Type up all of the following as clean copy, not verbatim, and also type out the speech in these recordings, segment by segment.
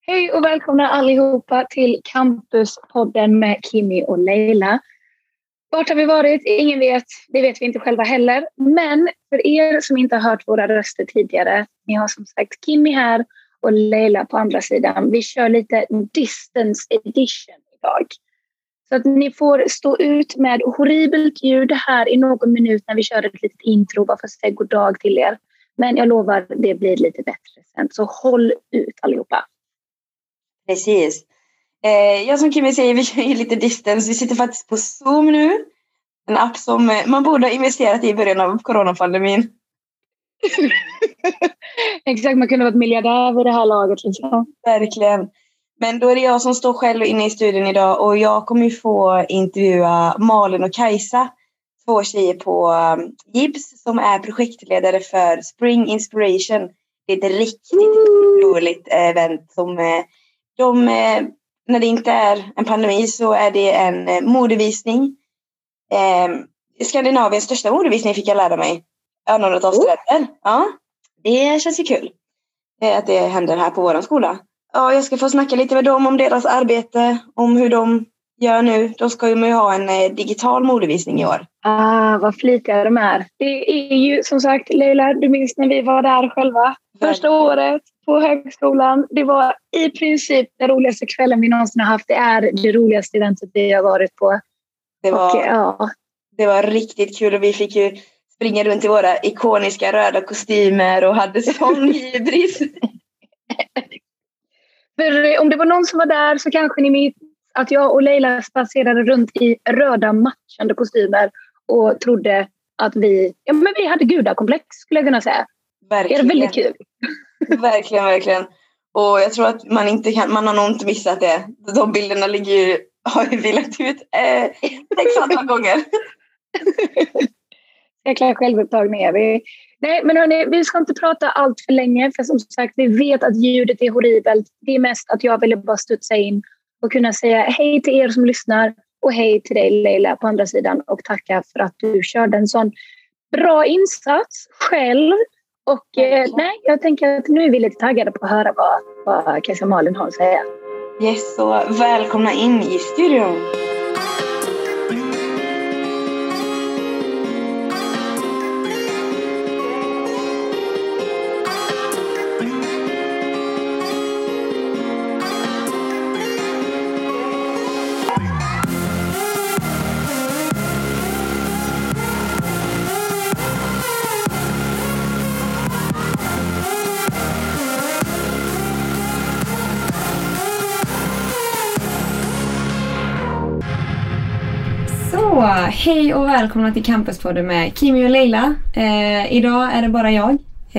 Hej och välkomna allihopa till Campuspodden med Kimmy och Leila. Vart har vi varit? Ingen vet. Det vet vi inte själva heller. Men för er som inte har hört våra röster tidigare, ni har som sagt Kimmy här och Leila på andra sidan. Vi kör lite distance edition idag. Så att ni får stå ut med horribelt ljud här i någon minut när vi kör ett litet intro bara för att säga god dag till er. Men jag lovar, det blir lite bättre sen. Så håll ut allihopa. Precis. Jag som Kimmy säger, vi kör ju lite distance. Vi sitter faktiskt på Zoom nu. En app som man borde ha investerat i början av coronapandemin. Exakt, man kunde varit miljardär vid det här laget. Liksom. Verkligen. Men då är det jag som står själv inne i studion idag. Och jag kommer ju få intervjua Malin och Kajsa. 2 tjejer på Jibs som är projektledare för Spring Inspiration. Det är ett riktigt roligt event som när det inte är en pandemi så är det en modevisning. Skandinaviens största modevisning fick jag lära mig. Något av studenter. Ja, det känns ju kul att det händer här på vår skola. Ja, jag ska få snacka lite med dem om deras arbete, om hur de gör nu. De ska ju ha en digital modevisning i år. Vad flitiga de är. Det är ju som sagt, Leila, du minns när vi var där själva. Första året på högskolan. Det var i princip den roligaste kvällen vi någonsin har haft. Det är det roligaste eventet vi har varit på. Det var riktigt kul och vi fick ju springa runt i våra ikoniska röda kostymer och hade sån hybris. För om det var någon som var där så kanske ni minns att jag och Leila spatserade runt i röda matchande kostymer och trodde att vi hade gudakomplex skulle jag kunna säga. Verkligen. Det är väldigt kul. Verkligen. Och jag tror att man har nog inte missat det. De bilderna har ju vilat ut ett antal gånger. Jäkla självupptagning är vi. Nej, men hörni, vi ska inte prata allt för länge. För som sagt, vi vet att ljudet är horribelt. Det är mest att jag ville bara studsa in och kunna säga hej till er som lyssnar. Och hej till dig Leila på andra sidan. Och tacka för att du körde en sån bra insats själv. Och jag tänker att nu är vi lite taggade på att höra vad Kajsa Malin har att säga. Yes, så välkomna in i studion. Hej och välkomna till Campuspodden med Kimmy och Leila. Idag är det bara jag,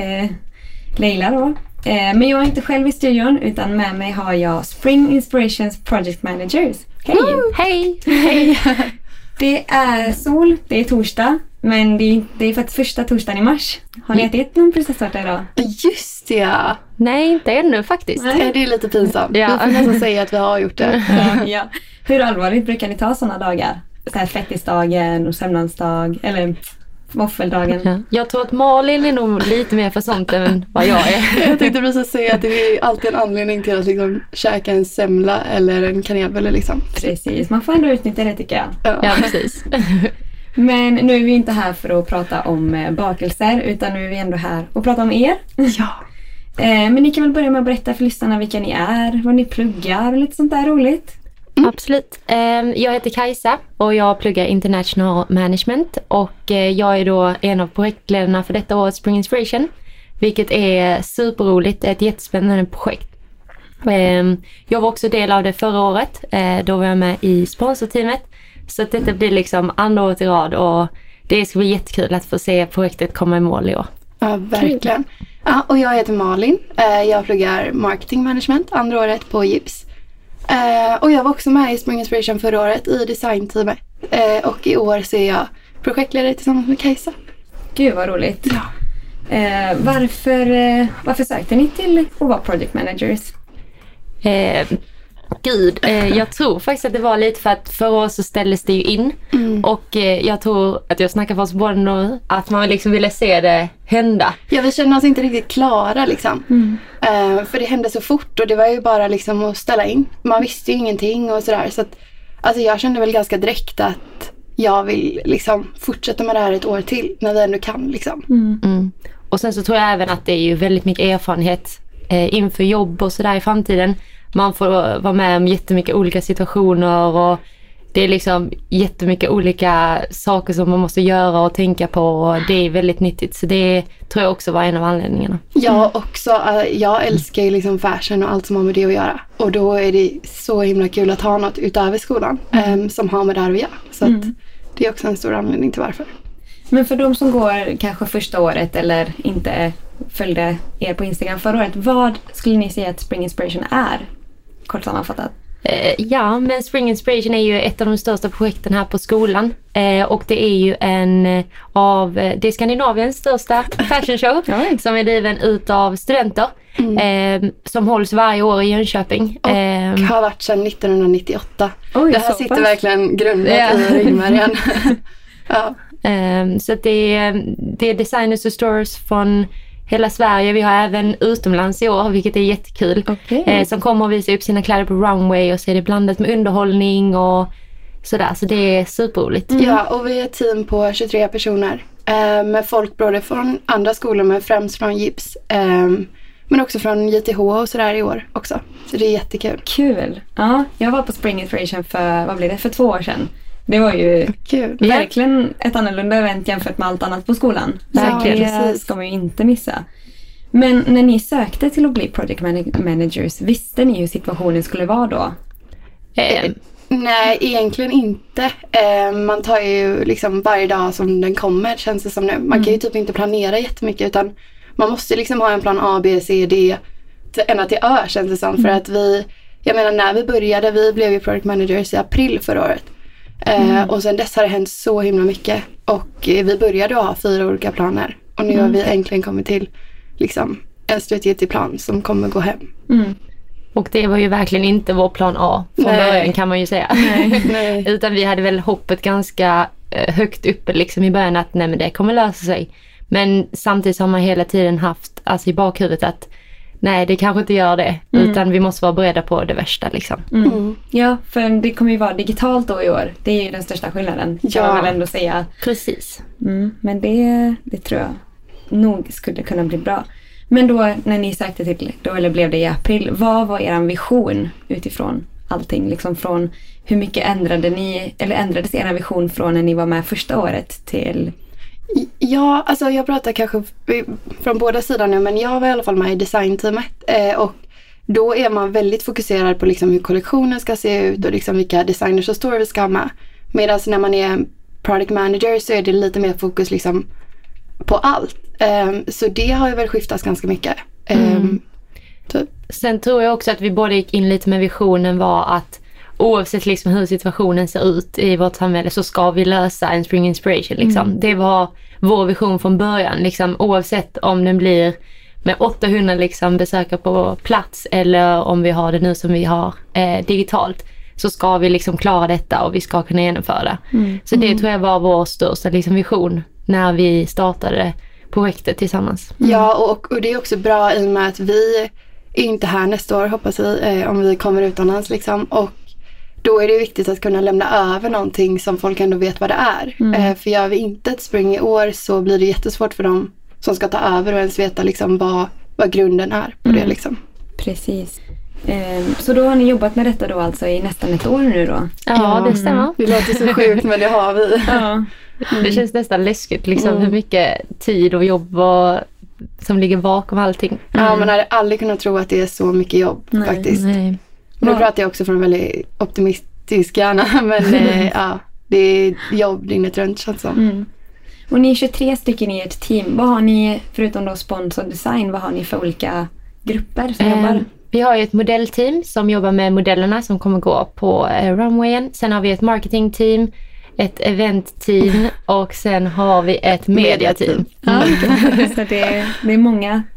Leila då. Men jag är inte själv i studion utan med mig har jag Spring Inspirations Project Managers. Hej! Hej! Det är sol, det är torsdag, men det är faktiskt första torsdagen i mars. Har ni ätit någon prinsesstårta idag? Just det, ja. Nej, inte ännu faktiskt. Nej. Det är lite pinsamt. Ja. Jag får nästan säga att vi har gjort det. Ja. Hur allvarligt brukar ni ta sådana dagar? Så här fettisdagen och sömnadsdag eller våffeldagen. Ja. Jag tror att Malin är nog lite mer för sånt än vad jag är. Jag tänkte precis säga att det är alltid en anledning till att liksom käka en semla eller en kanelbulle liksom. Precis, man får ändå utnyttja det tycker jag. Ja, precis. Men nu är vi inte här för att prata om bakelser utan nu är vi ändå här och prata om er. Ja. Men ni kan väl börja med att berätta för lyssnarna vilka ni är, vad ni pluggar och lite sånt där roligt. Absolut. Jag heter Kajsa och jag pluggar International Management och jag är då en av projektledarna för detta årets Spring Inspiration, vilket är superroligt, ett jättespännande projekt. Jag var också del av det förra året, då var jag med i sponsorteamet, så att detta blir liksom andra året i rad och det ska bli jättekul att få se projektet komma i mål i år. Ja, verkligen. Ja, och jag heter Malin, jag pluggar Marketing Management andra året på Jibs. Och jag var också med i Spring Inspiration förra året i designteamet. Och i år så är jag projektledare tillsammans med Kajsa. Gud vad roligt. Ja. Varför sökte ni till att vara project managers? Gud, jag tror faktiskt att det var lite för att för oss så ställdes det ju in. Och jag tror att jag snackar för oss båda nu, att man liksom ville se det hända. Ja, vi kände oss inte riktigt klara liksom. För det hände så fort och det var ju bara liksom att ställa in. Man visste ju ingenting och sådär. Så att, alltså jag kände väl ganska direkt att jag vill liksom fortsätta med det här ett år till när vi ändå kan liksom. Och sen så tror jag även att det är ju väldigt mycket erfarenhet inför jobb och sådär i framtiden. Man får vara med om jättemycket olika situationer och det är liksom jättemycket olika saker som man måste göra och tänka på och det är väldigt nyttigt. Så det tror jag också var en av anledningarna. Ja, också. Jag älskar ju liksom fashion och allt som har med det att göra. Och då är det så himla kul att ha något utöver skolan som har med det här att göra. Så att det är också en stor anledning till varför. Men för de som går kanske första året eller inte följde er på Instagram förra året, vad skulle ni säga att Spring Inspiration är? Kort sammanfattat. Ja, men Spring Inspiration är ju ett av de största projekten här på skolan. Och det är ju det är Skandinaviens största fashion show som är driven utav studenter. Som hålls varje år i Jönköping. Och har varit sedan 1998. Oj, det här sitter verkligen grundat i ryggmärgen. Ja. Så att det är designers och stores från hela Sverige. Vi har även utomlands i år, vilket är jättekul. Som kommer att visa upp sina kläder på runway och så är det blandat med underhållning och sådär. Så det är superroligt. Ja, och vi är ett team på 23 personer. Med folk både från andra skolor, men främst från Jibs. Men också från JTH och sådär i år också. Så det är jättekul. Kul. Ja, jag var på Spring Inspiration för 2 år sedan. Det var ju kul. Verkligen ett annorlunda event jämfört med allt annat på skolan. Verkligen. Det ska man ju inte missa. Men när ni sökte till att bli project managers, visste ni hur situationen skulle vara då? Nej, egentligen inte. Man tar ju liksom varje dag som den kommer, känns det som nu. Man kan ju typ inte planera jättemycket, utan man måste liksom ha en plan A, B, C, D ända till Ö, känns det som. För att jag menar när vi började, vi blev ju project managers i april förra året. Och sen dess har det hänt så himla mycket. Och vi började ha 4 olika planer. Och nu har vi äntligen kommit till liksom en slutgiltig plan som kommer gå hem. Och det var ju verkligen inte vår plan A från början, kan man ju säga. Nej. Utan vi hade väl hoppet ganska högt uppe liksom i början att nej, men det kommer lösa sig. Men samtidigt har man hela tiden haft i bakhuvudet att nej, det kanske inte gör det. Utan vi måste vara beredda på det värsta liksom. Ja, för det kommer ju vara digitalt då i år. Det är ju den största skillnaden, kan man väl ändå säga. Precis. Men det tror jag nog skulle kunna bli bra. Men då när ni sökte till då, eller blev det i april, vad var er vision utifrån allting? Liksom från hur mycket ändrades er vision från när ni var med första året till... Ja, alltså jag pratar kanske från båda sidor nu, men jag var i alla fall med i designteamet och då är man väldigt fokuserad på liksom hur kollektionen ska se ut och liksom vilka designers och store vi ska ha med. Medan när man är product manager så är det lite mer fokus liksom på allt. Så det har ju väl skiftat ganska mycket. Typ. Sen tror jag också att vi båda gick in lite med visionen var att oavsett liksom hur situationen ser ut i vårt samhälle så ska vi lösa en Spring Inspiration. Liksom. Det var vår vision från början. Liksom, oavsett om den blir med 800 liksom, besökare på plats eller om vi har det nu som vi har digitalt, så ska vi liksom klara detta och vi ska kunna genomföra det. Så det tror jag var vår största liksom, vision när vi startade projektet tillsammans. Ja, och det är också bra i och med att vi är inte här nästa år, hoppas vi, om vi kommer utomlands liksom. Och då är det viktigt att kunna lämna över någonting som folk ändå vet vad det är. För gör vi inte ett spring i år så blir det jättesvårt för dem som ska ta över och ens veta liksom vad grunden är på det liksom. Precis. Så då har ni jobbat med detta då alltså i nästan ett år nu då? Ja, det stämmer. Det låter så sjukt, men det har vi. Det känns nästan läskigt liksom, hur mycket tid och jobb som ligger bakom allting. Ja, man hade aldrig kunnat tro att det är så mycket jobb faktiskt. Nej. Nu pratar jag också från en väldigt optimistisk hjärna, men ja, det är jobb dygnet runt känns som. Och ni är 23 stycken i ert team. Vad har ni, förutom då sponsor design, vad har ni för olika grupper som jobbar? Vi har ju ett modellteam som jobbar med modellerna som kommer gå på runwayen. Sen har vi ett marketingteam, ett eventteam och sen har vi ett mediateam. Så det är många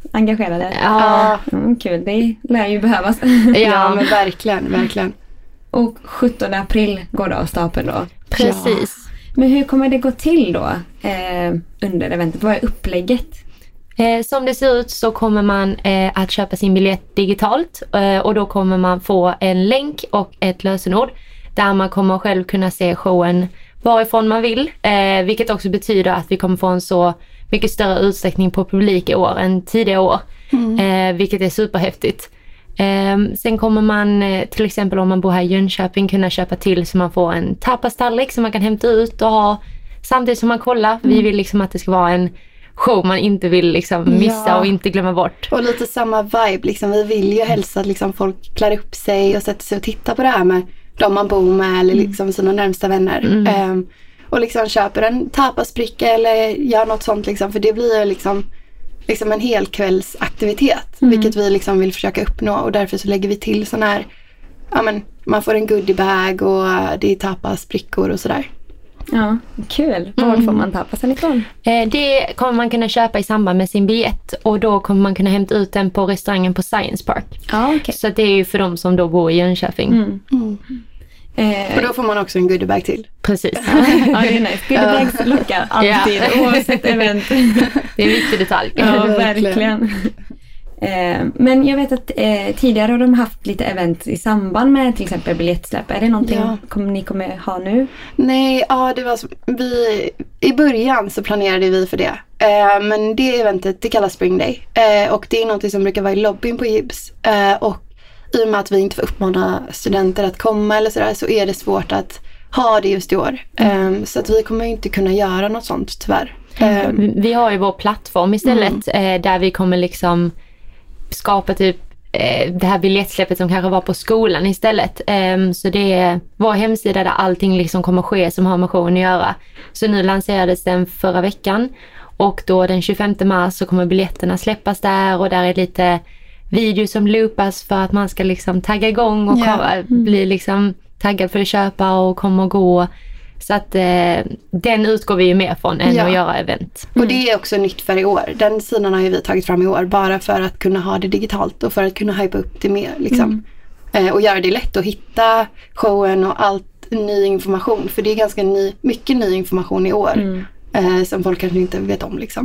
engagerade. Ja. Kul, det lär ju behövas. Ja, men verkligen. Och 17 april går det av stapeln då. Precis. Ja. Men hur kommer det gå till då under eventet? Vad är upplägget? Som det ser ut så kommer man att köpa sin biljett digitalt och då kommer man få en länk och ett lösenord där man kommer själv kunna se showen varifrån man vill, vilket också betyder att vi kommer få en så mycket större utsträckning på publik i år än tidigare år, vilket är superhäftigt. Sen kommer man till exempel om man bor här i Jönköping kunna köpa till så man får en tapastallrik som man kan hämta ut och ha samtidigt som man kollar. Vi vill liksom att det ska vara en show man inte vill liksom missa och inte glömma bort. Och lite samma vibe liksom. Vi vill ju helst att liksom folk klär upp sig och sätter sig och tittar på det här med de man bor med eller liksom sina närmsta vänner. Och liksom köper en tapasbricka eller gör något sånt liksom, för det blir liksom en helkvällsaktivitet, vilket vi liksom vill försöka uppnå, och därför så lägger vi till sån här, ja men man får en goodiebag och det är tapasbrickor och sådär. Ja, kul. Var får man tapasen ifrån? Det kommer man kunna köpa i samband med sin biljett och då kommer man kunna hämta ut den på restaurangen på Science Park. Okay. Så det är ju för de som då bor i Jönköping. Och då får man också en goodieebag till. Precis. Ja, det är nice. Goodiebags lockar alltid, oavsett event. Det är en viktig detalj. Ja, verkligen. Men jag vet att tidigare har de haft lite event i samband med till exempel biljettsläpp. Är det någonting ni kommer ha nu? Nej, det var i början så planerade vi för det. Men det eventet, det kallas Spring Day. Och det är något som brukar vara i lobbyn på Jibs. Och i och med att vi inte får uppmana studenter att komma eller sådär, så är det svårt att ha det just i år. Så att vi kommer inte kunna göra något sånt tyvärr. Vi har ju vår plattform istället där vi kommer liksom skapa typ det här biljettsläppet som kanske var på skolan istället. Så det är vår hemsida där allting liksom kommer ske som har med showen att göra. Så nu lanserades den förra veckan och då den 25 mars så kommer biljetterna släppas där och där är lite video som loopas för att man ska liksom tagga igång och bli liksom taggad för att köpa och komma och gå. Så att den utgår vi ju mer från än att göra event. Och det är också nytt för i år. Den sidan har ju vi tagit fram i år bara för att kunna ha det digitalt och för att kunna hypa upp det mer liksom. Och göra det lätt att hitta showen och allt ny information. För det är ganska mycket ny information i år som folk kanske inte vet om liksom.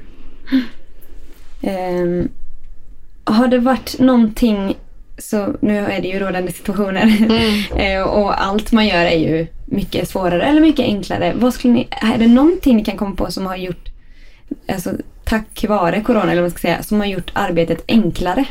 Har det varit någonting, så nu är det ju rådande situationer och allt man gör är ju mycket svårare eller mycket enklare. Är det någonting ni kan komma på som har gjort, alltså tack vare corona eller vad man ska säga, som har gjort arbetet enklare?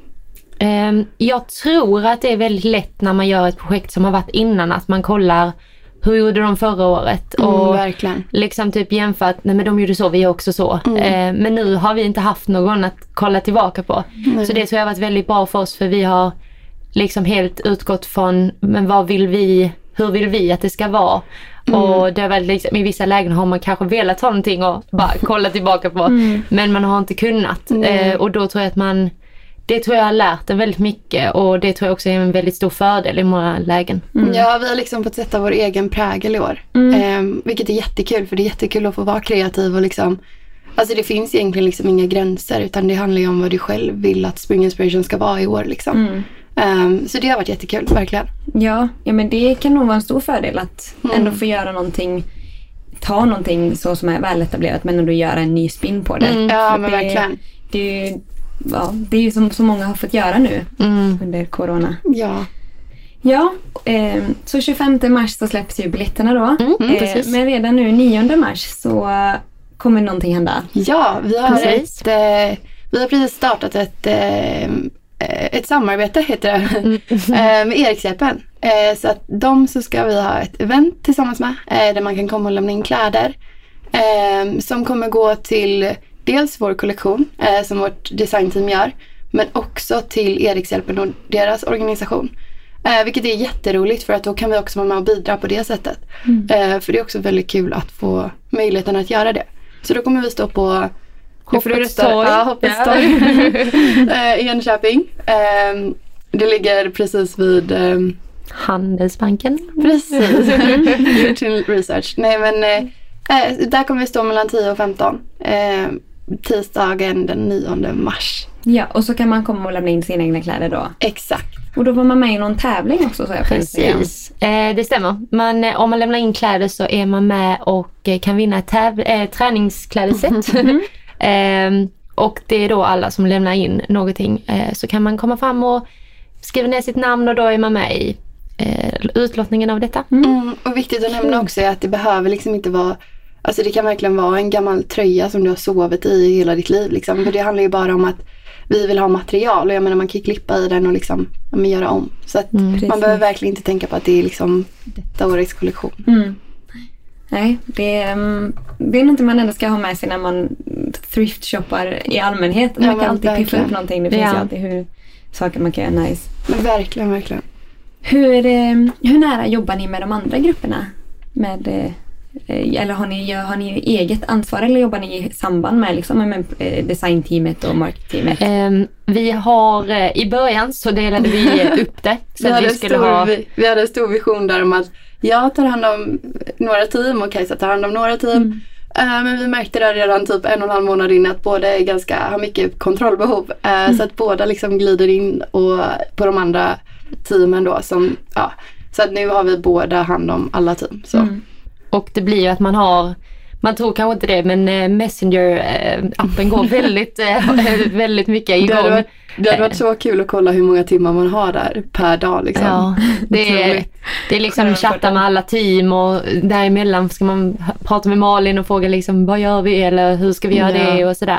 Jag tror att det är väldigt lätt när man gör ett projekt som har varit innan att man kollar hur gjorde de förra året och verkligen. Liksom typ jämfört, nej men de gjorde så, vi är också så. Men nu har vi inte haft någon att kolla tillbaka på. Så det tror jag har varit väldigt bra för oss, för vi har liksom helt utgått från men hur vill vi att det ska vara? Och det är väl liksom, i vissa lägen har man kanske velat ha någonting och bara kolla tillbaka på men man har inte kunnat. Och då tror jag att det tror jag har lärt en väldigt mycket och det tror jag också är en väldigt stor fördel i många lägen. Ja, vi har liksom fått sätta vår egen prägel i år. Vilket är jättekul, för det är jättekul att få vara kreativ och liksom, alltså det finns egentligen liksom inga gränser utan det handlar ju om vad du själv vill att Spring Inspiration ska vara i år liksom. Så det har varit jättekul, verkligen. Ja, men det kan nog vara en stor fördel att ändå få göra någonting, ta någonting så som är väletablerat men ändå göra en ny spin på det. Ja, men verkligen. Det är ju som så många har fått göra nu under corona. Ja, så 25 mars så släpps ju biljetterna då. Men redan nu 9 mars så kommer någonting hända. Ja, vi har precis startat ett samarbete heter det, med Erikshjälpen. Så att så ska vi ha ett event tillsammans med där man kan komma och lämna in kläder som kommer gå till dels vår kollektion som vårt designteam gör, men också till Erikshjälpen och deras organisation. Vilket är jätteroligt för att då kan vi också vara med och bidra på det sättet. För det är också väldigt kul att få möjligheten att göra det. Så då kommer vi stå på Hoppets torg i Jönköping. Det ligger precis vid Handelsbanken. Precis. Gjort sin research. Nej, men där kommer vi stå mellan 10 och 15. tisdagen den 9 mars. Ja, och så kan man komma och lämna in sina egna kläder då. Exakt. Och då var man med i någon tävling också, så jag Precis, det stämmer. Om man lämnar in kläder så är man med och kan vinna ett träningsklädeset. Och det är då alla som lämnar in någonting. Så kan man komma fram och skriva ner sitt namn och då är man med i utlottningen av detta. Och viktigt att nämna också är att det behöver liksom inte vara, alltså det kan verkligen vara en gammal tröja som du har sovit i hela ditt liv liksom. För det handlar ju bara om att vi vill ha material och jag menar man kan klippa i den och liksom göra om. Så att man behöver verkligen inte tänka på att det är liksom detta årets kollektion. Nej, det är något man ändå ska ha med sig när man thrift-shoppar i allmänhet. Man kan alltid piffa upp någonting. Det finns ju alltid hur saker man kan göra nice. Men verkligen. Hur nära jobbar ni med de andra grupperna? Eller har ni eget ansvar eller jobbar ni i samband med, liksom, med designteamet och marketingteamet? Vi har i början så delade vi upp det. Så vi hade en stor vision där om att jag tar hand om några team och Kajsa tar hand om några team. Men vi märkte där redan typ 1,5 månad in att båda har mycket kontrollbehov. Så att båda liksom glider in och på de andra teamen då. Så att nu har vi båda hand om alla team. Så. Och det blir ju att man tror kanske inte det, men Messenger-appen går väldigt mycket igång. Det hade varit så kul att kolla hur många timmar man har där per dag. Liksom. Ja, det är liksom chatta med alla team och däremellan ska man prata med Malin och fråga liksom, vad gör vi eller hur ska vi göra det och sådär.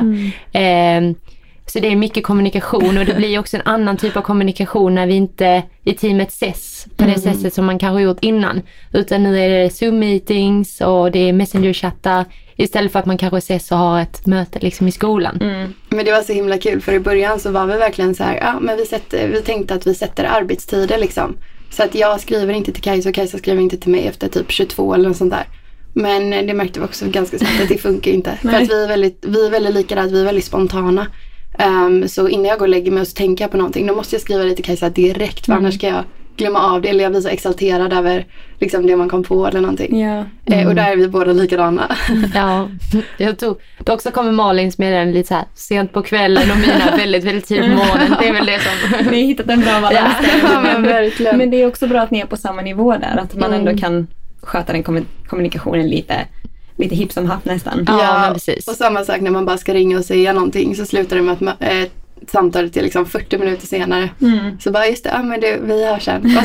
Så det är mycket kommunikation och det blir också en annan typ av kommunikation när vi inte i teamet ses på det sättet som man kanske gjort innan. Utan nu är det Zoom-meetings och det är Messenger-chattar istället för att man kanske ses och har ett möte liksom i skolan. Men det var så himla kul för i början så var vi verkligen så här, men vi tänkte att vi sätter arbetstider liksom. Så att jag skriver inte till Kajsa och Kajsa skriver inte till mig efter typ 22 eller något sånt där. Men det märkte vi också ganska snabbt att det funkar inte. För att vi är väldigt likadana, vi är väldigt spontana. Så innan jag går och lägger mig och så tänker jag på någonting, då måste jag skriva det till Kajsa direkt för annars ska jag glömma av det eller jag blir så exalterad över liksom det man kom på eller någonting. Och där är vi båda likadana. Ja, jag tror då också kommer Malins meddelande lite så här sent på kvällen och mina väldigt, väldigt tidigt på morgonen. Det är väl det som ni har hittat en bra balans. Men verkligen. Men det är också bra att ni är på samma nivå där, att man ändå kan sköta den kommunikationen lite hipp som happ nästan. Ja, men precis. Och samma sak när man bara ska ringa och säga någonting så slutar det med att samtalet till liksom 40 minuter senare. Så bara just det, men vi hörs sen.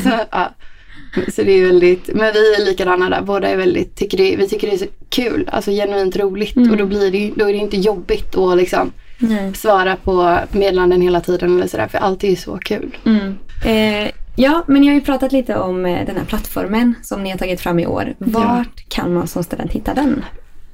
Så det är väldigt, men vi är likadana där. Båda är väldigt, vi tycker det är så kul, alltså genuint roligt och då är det inte jobbigt att liksom svara på meddelanden hela tiden eller sådär, för allt är ju så kul. Ja, men jag har ju pratat lite om den här plattformen som ni har tagit fram i år. Vart kan man som student hitta den?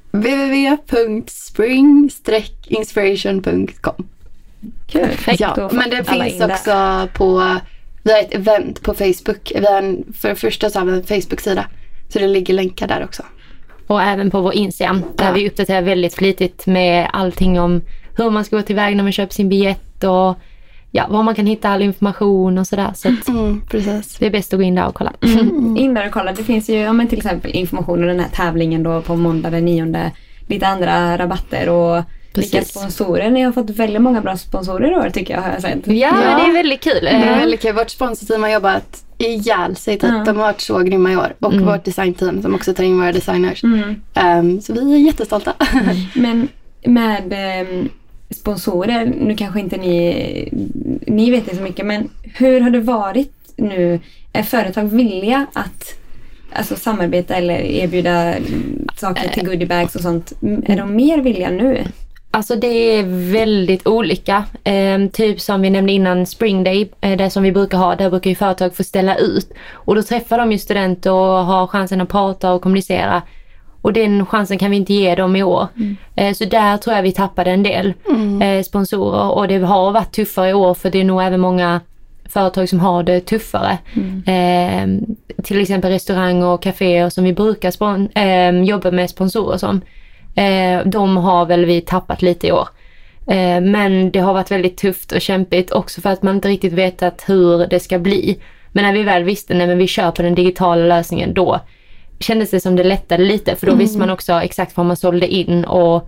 www.spring-inspiration.com. Kul. Ja, men det finns också vi har ett event på Facebook. För det första så har vi en Facebook-sida. Så det ligger länkar där också. Och även på vår Instagram där vi uppdaterar väldigt flitigt med allting om hur man ska gå tillväg när man köper sin biljett och var man kan hitta all information och sådär. Så precis. Det är bäst att gå in där och kolla. In där och kolla. Det finns ju till exempel information om den här tävlingen då på måndag den 9. Lite andra rabatter och vilka sponsorer. Ni har fått väldigt många bra sponsorer i år tycker jag har jag sett. Ja, det är väldigt kul. Det är väldigt kul. Vårt sponsorteam har jobbat ihjäl sig typ. De har varit så grymma i år. Och vårt designteam som också tar in våra designers. Så vi är jättestolta. Men med sponsorer, nu kanske inte ni vet det så mycket, men hur har det varit nu? Är företag villiga att samarbeta eller erbjuda saker till goodiebags och sånt? Är de mer villiga nu? Alltså det är väldigt olika. Typ som vi nämnde innan Spring Day, det som vi brukar ha, där brukar ju företag få ställa ut. Och då träffar de ju studenter och har chansen att prata och kommunicera. Och den chansen kan vi inte ge dem i år. Så där tror jag vi tappade en del sponsorer. Och det har varit tuffare i år för det är nog även många företag som har det tuffare. Till exempel restauranger och kaféer som vi brukar jobba med sponsorer som. De har väl vi tappat lite i år. Men det har varit väldigt tufft och kämpigt också för att man inte riktigt vetat hur det ska bli. Men när vi väl visste när vi kör på den digitala lösningen då kändes det som det lättade lite för då visste man också exakt vad man sålde in och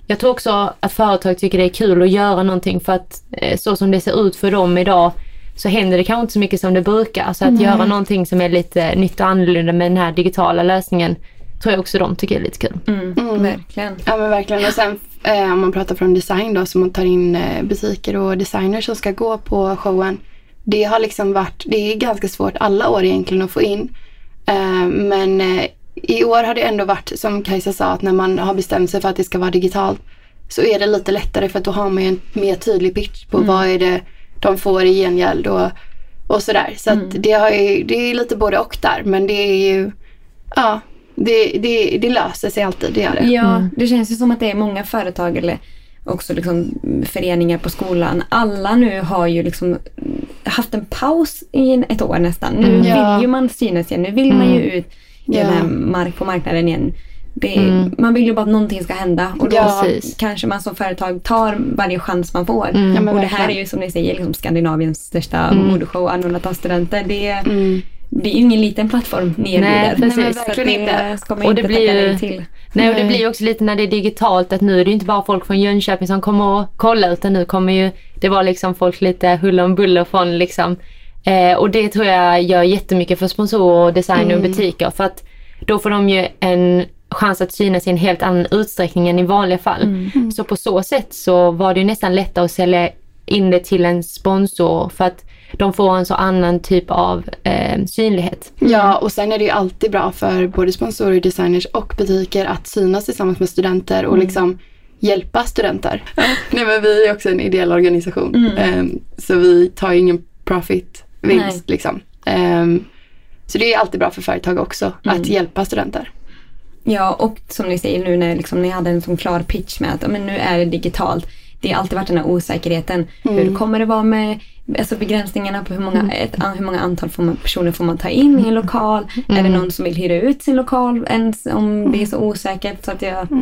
jag tror också att företag tycker det är kul att göra någonting för att så som det ser ut för dem idag så händer det kanske inte så mycket som det brukar. Så att göra någonting som är lite nytt och annorlunda med den här digitala lösningen tror jag också de tycker är lite kul. Verkligen. Ja, men verkligen. Och sen om man pratar från design då, så man tar in butiker och designers som ska gå på showen. Det har liksom varit, det är ganska svårt alla år egentligen att få in. Men i år har det ändå varit, som Kajsa sa, att när man har bestämt sig för att det ska vara digitalt så är det lite lättare för att då har man ju en mer tydlig pitch på vad är det de får i gengäld och sådär. Så att det är lite både och där, men det är ju, ja, det löser sig alltid, det gör det. Ja, det känns ju som att det är många företag eller också liksom föreningar på skolan. Alla nu har ju liksom haft en paus i ett år nästan. Nu vill ju man synas igen. Nu vill man ju ut i den här på marknaden igen. Man vill ju bara att någonting ska hända. Och då kanske man som företag tar varje chans man får. Och det här är ju som ni säger liksom Skandinaviens största modeshow, anordnat av studenter. Det är ju ingen liten plattform ni erbjuder. Nej, precis. Verkligen inte. Ska man och inte det blir tacka dig till. Nej, och det blir ju också lite när det är digitalt att nu är det inte bara folk från Jönköping som kommer att kolla, utan nu kommer ju det var liksom folk lite huller om buller från liksom. Och det tror jag gör jättemycket för sponsorer och designer och butiker, för att då får de ju en chans att synas i en helt annan utsträckning än i vanliga fall. Så på så sätt så var det ju nästan lättare att sälja in det till en sponsor för att de får en så annan typ av synlighet. Ja, och sen är det ju alltid bra för både sponsorer, designers och butiker att synas tillsammans med studenter och liksom hjälpa studenter. Nej, men vi är också en ideell organisation. Så vi tar ju ingen profit-vinst liksom. Så det är alltid bra för företag också att hjälpa studenter. Ja, och som ni säger nu när liksom, ni hade en sån klar pitch med att men nu är det digitalt. Det har alltid varit den här osäkerheten. Hur kommer det vara med alltså begränsningarna på hur många antal personer får man ta in i en lokal? Är det någon som vill hyra ut sin lokal ens om det är så osäkert? Så att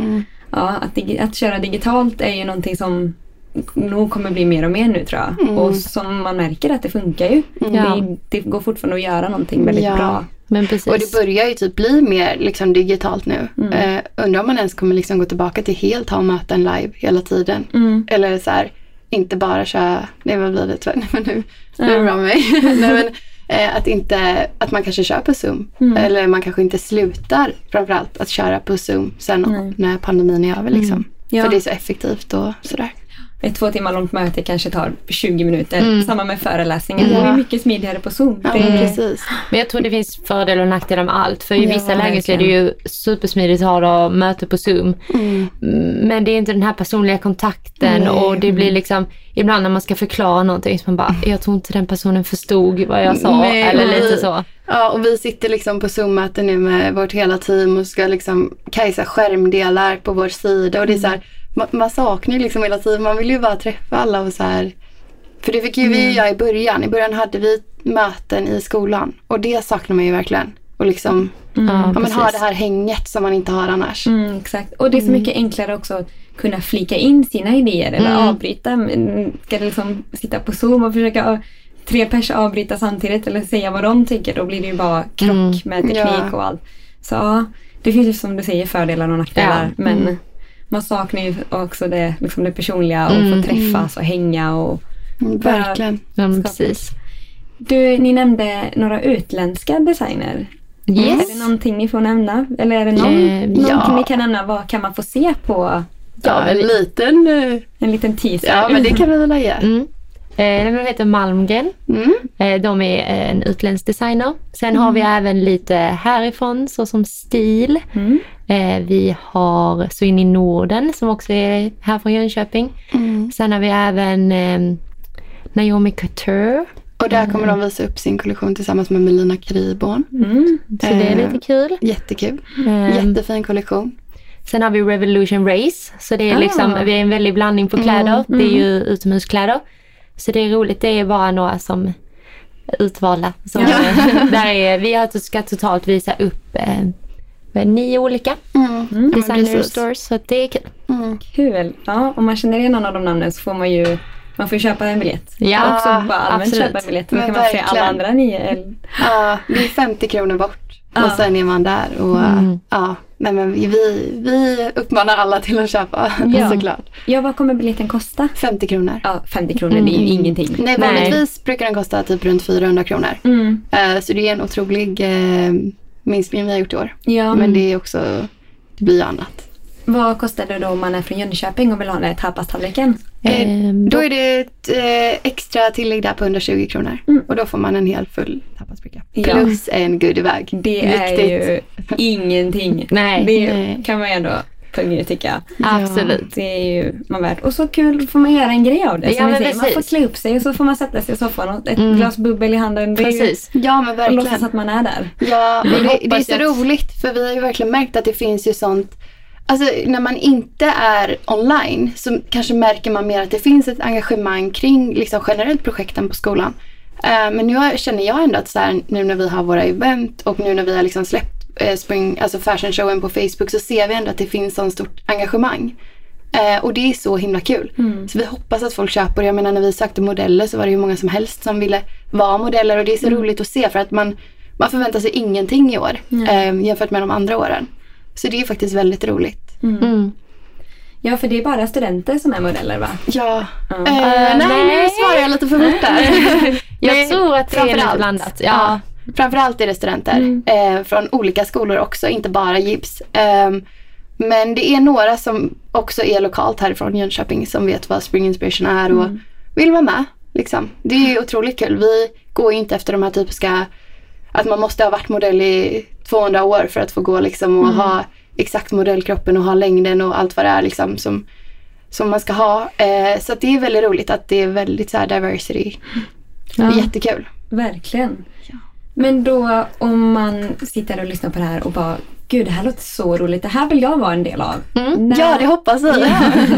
att köra digitalt är ju någonting som nog kommer bli mer och mer nu, tror jag. Och som man märker att det funkar ju. Det går fortfarande att göra någonting väldigt bra. Men precis. Och det börjar ju typ bli mer liksom digitalt nu. Undrar om man ens kommer liksom gå tillbaka till helt ha möten live hela tiden. Eller så här, inte bara köra, nej vad blir det? Men nu är det bra med mig. Nej, men, att man kanske kör på Zoom. Eller man kanske inte slutar framförallt att köra på Zoom sen när pandemin är över liksom. För det är så effektivt och sådär. Ett 2 timmar långt möte kanske tar 20 minuter. Samma med föreläsningen. Det är mycket smidigare på Zoom. Precis. Men jag tror det finns fördelar och nackdelar med allt. För i vissa lägen så är det ju supersmidigt att ha möte på Zoom. Men det är inte den här personliga kontakten. Och det blir liksom, ibland när man ska förklara någonting så man bara, jag tror inte den personen förstod vad jag sa. Eller lite så. Ja, och vi sitter liksom på Zoom-möte nu med vårt hela team och ska liksom Kajsa skärmdelar på vår sida. Och det är så här, man saknar ju liksom hela tiden. Man vill ju bara träffa alla och så här. För det fick ju vi göra i början. I början hade vi möten i skolan. Och det saknar man ju verkligen. Och liksom, man har det här hänget som man inte har annars. Exakt. Och det är så mycket enklare också att kunna flika in sina idéer eller avbryta. Ska det liksom sitta på Zoom och försöka 3 personer avbryta samtidigt eller säga vad de tycker, då blir det ju bara krock med teknik och allt. Så ja, det finns ju som du säger fördelar och nackdelar, men man saknar ju också det, liksom det personliga och få träffas och hänga och verkligen. Precis. Ni nämnde några utländska designer. Yes. Är det någonting ni får nämna? Eller är det någonting ni kan nämna? Vad kan man få se på? Ja, en liten teaser. Ja, men det kan vi väl göra. De heter Malmgren. De är en utländsk designer. Sen har vi även lite härifrån, så som Stil. Vi har Så in i Norden som också är här från Jönköping. Sen har vi även Naomi Couture. Och där kommer de visa upp sin kollektion tillsammans med Melina Kriborn. Så det är lite kul. Jättekul. Jättefin kollektion. Sen har vi Revolution Race. Så det är liksom, vi är en väldig blandning på kläder. Det är ju utomhuskläder. Så det är roligt, det är bara några som utvalda. Vi ska totalt visa upp 9 olika designer stores, så det är kul. Kul. Ja, om man känner igen någon av de namnen så får man får köpa en biljett. Ja, också bara allmänt köpa en biljett. Då kan man se alla andra 9. Ja, det är 50 kronor bort. Och sen är man där. Och nej, men vi uppmanar alla till att köpa, såklart. Ja, vad kommer biljetten kosta? 50 kronor. Ja, 50 kronor, det är ju ingenting. Nej, vanligtvis brukar den kosta typ runt 400 kronor. Så det är en otrolig minskning vi har gjort i år. Ja. Men det är också, det blir annat. Vad kostar det då om man är från Jönköping och vill ha den här tapastallriken? Då är det ett extra tillägg där på 120 kronor. Och då får man en hel full tapasbricka. Plus en goodiebag. Det är ju ingenting. Nej. Det kan man ändå tycka. Absolut. Det är ju man värt. Och så kul får man göra en grej av det. Ja, men man får klä upp sig och så får man sätta sig i soffan och ett glas bubbel i handen. Precis. Ja, men verkligen. Och låtsas att man är där. Ja, och det är så roligt. För vi har ju verkligen märkt att det finns ju sånt. Alltså när man inte är online så kanske märker man mer att det finns ett engagemang kring liksom generellt projekten på skolan. Men nu känner jag ändå att så här, nu när vi har våra event och nu när vi har liksom släppt alltså fashion showen på Facebook så ser vi ändå att det finns sån stort engagemang. Och det är så himla kul. Så vi hoppas att folk köper. Jag menar när vi sökte modeller så var det ju många som helst som ville vara modeller och det är så roligt att se för att man förväntar sig ingenting i år jämfört med de andra åren. Så det är faktiskt väldigt roligt. Ja, för det är bara studenter som är modeller, va? Ja. Nej, nu svarar jag lite för fort där. Jag tror att det är lite blandat. Ja. Framförallt är det studenter från olika skolor också, inte bara Jibs. Men det är några som också är lokalt härifrån Jönköping som vet vad Spring Inspiration är och vill vara med. Liksom. Det är otroligt kul. Vi går ju inte efter de här typiska att man måste ha varit modell i 200 år för att få gå liksom, och ha exakt modellkroppen och ha längden och allt vad det är liksom, som man ska ha. Så att det är väldigt roligt att det är väldigt så här diversity. Det är jättekul. Verkligen. Ja. Men då om man sitter och lyssnar på det här och bara, gud det här låter så roligt, det här vill jag vara en del av. Ja, det hoppas vi. Ja.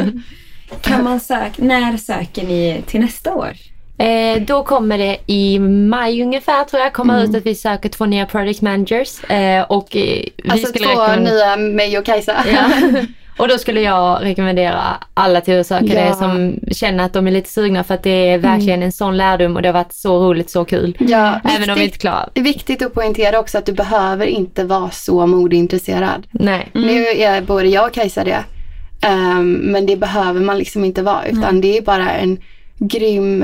Kan man när söker ni till nästa år? Då kommer det i maj ungefär tror jag komma ut att vi söker 2 nya product managers och vi alltså skulle 2 nya mig och Kajsa. Ja. Och då skulle jag rekommendera alla till att söka det som känner att de är lite sugna för att det är verkligen en sån lärdom och det har varit så roligt, så kul. Ja, även om vi inte klarar. Det är viktigt att poängtera också att du behöver inte vara så modeintresserad. Nej. Nu är både jag och Kajsa det. Men det behöver man liksom inte vara utan det är bara en grym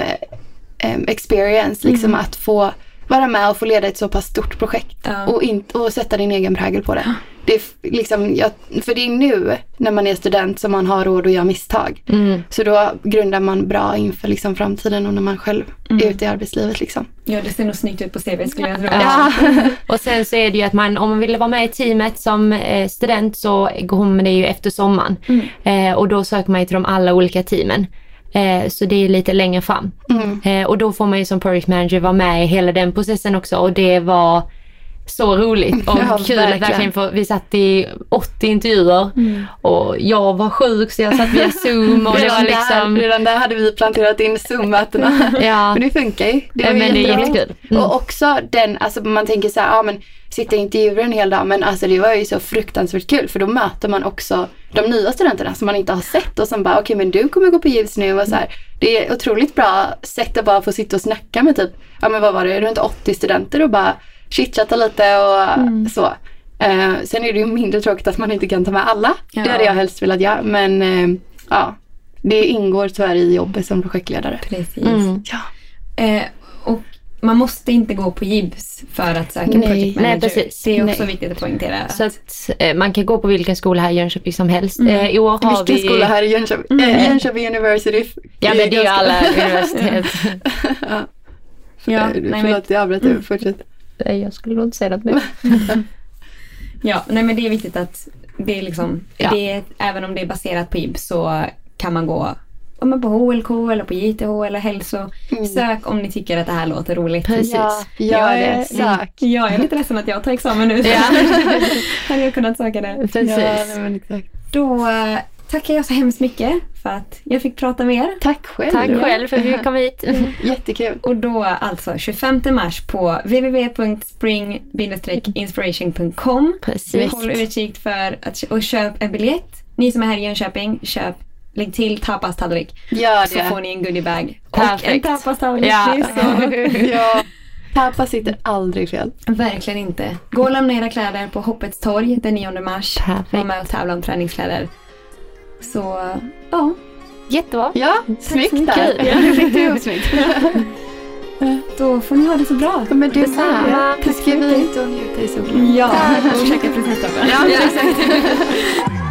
experience liksom att få vara med och få leda ett så pass stort projekt och sätta din egen prägel på det. Det är liksom, för det är nu när man är student som man har råd att göra misstag. Så då grundar man bra inför liksom framtiden och när man själv är ute i arbetslivet liksom. Ja, det ser nog snyggt ut på CV skulle jag tro. Ja. Och sen så är det ju att om man vill vara med i teamet som student så kommer det ju efter sommaren. Och då söker man ju till de alla olika teamen. Så det är lite längre fram. Och då får man ju som project manager vara med i hela den processen också. Och det var så roligt och kul att verkligen få, vi satt i 80 intervjuer och jag var sjuk så jag satt via Zoom och det var liksom... Redan där hade vi planterat in Zoom-mötena. Men det funkar ju. Det var men det är jättekul. Och också den, alltså man tänker så här, men sitta i intervjuer en hel dag, men alltså det var ju så fruktansvärt kul för då möter man också de nya studenterna som man inte har sett och som bara, okej, men du kommer gå på Jibs nu och så här. Det är otroligt bra sätt att bara få sitta och snacka med typ, men vad var det, runt 80 studenter och bara chitchatta lite och så. Sen är det ju mindre tråkigt att man inte kan ta med alla. Det hade jag helst velat göra, men det ingår tyvärr i jobbet som projektledare. Precis. Och man måste inte gå på Jibs för att söka project manager. Nej, precis. Det är också viktigt att poängtera. Så att man kan gå på vilken skola här i Jönköping som helst. I år har vilken skola här i Jönköping? Jönköping University. Ja, men det är ju alla universitet. Förlåt, jag avbröt. Fortsätt. Jag skulle nog inte säga det nu. Men det är viktigt att det är liksom, även om det är baserat på Jibs så kan man gå på HLK eller på JTH eller hälso. Sök om ni tycker att det här låter roligt. Precis. Jag är lite ledsen att jag tar examen nu. Hade jag kunnat söka det. Precis. Då tackar jag så hemskt mycket för att jag fick prata med er. Tack själv. Tack själv för att vi kom hit. Jättekul. Och då alltså 25 mars på www.spring-inspiration.com. Precis. Håll utkik för att köp en biljett. Ni som är här i Jönköping, lägg till tapastallrik. Gör det. Så får ni en goodiebag. Perfekt. Och en tapastallrik. Ja. Pappa sitter aldrig fel. Verkligen inte. Gå och lämna era kläder på Hoppets torg den 9 mars. Var med och tävla om träningskläder. Så, ja. Jättebra. Ja, snyggt där. Då får ni ha det så bra. Men du Detsamma. ska vi ut och njuta i solen. Ja, och käka presentstoppen. Ja, exakt.